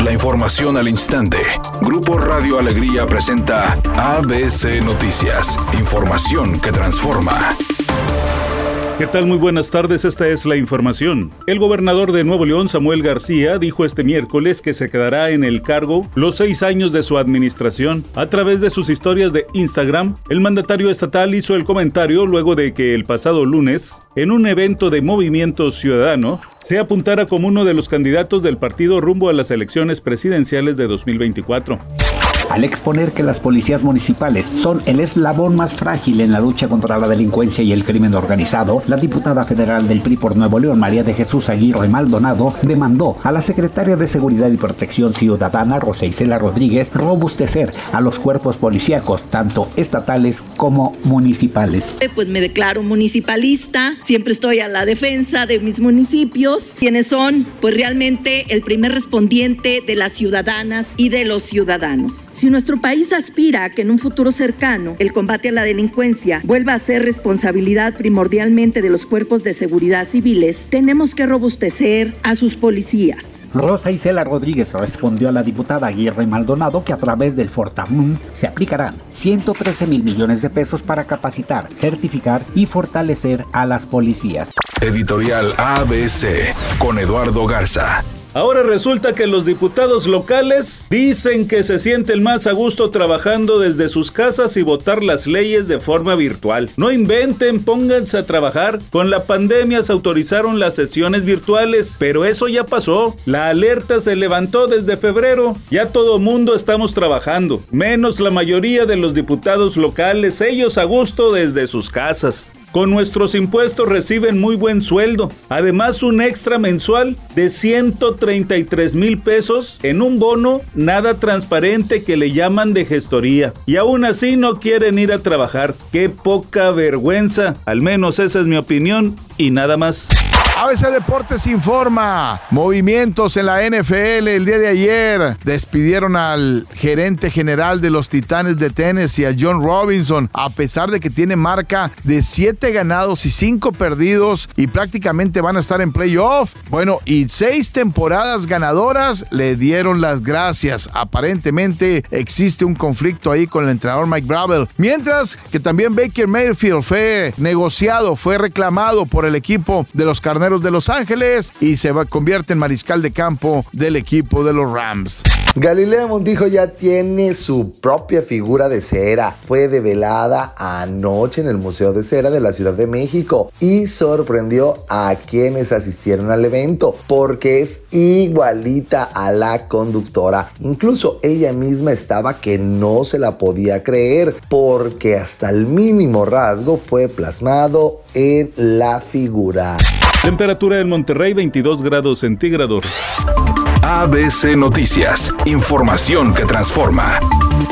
La información al instante. Grupo Radio Alegría presenta ABC Noticias. Información que transforma. ¿Qué tal? Muy buenas tardes, esta es la información. El gobernador de Nuevo León, Samuel García, dijo este miércoles que se quedará en el cargo los 6 años de su administración. A través de sus historias de Instagram, el mandatario estatal hizo el comentario luego de que el pasado lunes, en un evento de Movimiento Ciudadano, se apuntara como uno de los candidatos del partido rumbo a las elecciones presidenciales de 2024. Al exponer que las policías municipales son el eslabón más frágil en la lucha contra la delincuencia y el crimen organizado, la diputada federal del PRI por Nuevo León, María de Jesús Aguirre Maldonado, demandó a la secretaria de Seguridad y Protección Ciudadana, Rosa Isela Rodríguez, robustecer a los cuerpos policíacos, tanto estatales como municipales. Pues me declaro municipalista, siempre estoy a la defensa de mis municipios, quienes son pues realmente el primer respondiente de las ciudadanas y de los ciudadanos. Si nuestro país aspira a que en un futuro cercano el combate a la delincuencia vuelva a ser responsabilidad primordialmente de los cuerpos de seguridad civiles, tenemos que robustecer a sus policías. Rosa Isela Rodríguez respondió a la diputada Aguirre Maldonado que a través del Fortamun se aplicarán 113,000 millones de pesos para capacitar, certificar y fortalecer a las policías. Editorial ABC con Eduardo Garza. Ahora resulta que los diputados locales dicen que se sienten más a gusto trabajando desde sus casas y votar las leyes de forma virtual. No inventen, pónganse a trabajar. Con la pandemia se autorizaron las sesiones virtuales, pero eso ya pasó. La alerta se levantó desde febrero. Ya todo mundo estamos trabajando, menos la mayoría de los diputados locales, ellos a gusto desde sus casas. Con nuestros impuestos reciben muy buen sueldo, además un extra mensual de 133,000 pesos en un bono nada transparente que le llaman de gestoría. Y aún así no quieren ir a trabajar. ¡Qué poca vergüenza! Al menos esa es mi opinión y nada más. ABC Deportes informa. Movimientos en la NFL el día de ayer. Despidieron al gerente general de los Titanes de Tennessee, a John Robinson, a pesar de que tiene marca de 7 ganados y 5 perdidos y prácticamente van a estar en playoff. Bueno, y 6 temporadas ganadoras le dieron las gracias. Aparentemente existe un conflicto ahí con el entrenador Mike Vrabel. Mientras que también Baker Mayfield fue negociado, fue reclamado por el equipo de los Carneros de Los Ángeles y se convierte en mariscal de campo del equipo de los Rams. Galilea Montijo ya tiene su propia figura de cera. Fue develada anoche en el Museo de Cera de la Ciudad de México y sorprendió a quienes asistieron al evento porque es igualita a la conductora. Incluso ella misma estaba que no se la podía creer porque hasta el mínimo rasgo fue plasmado en la figura. Temperatura en Monterrey 22 grados centígrados. ABC Noticias. Información que transforma.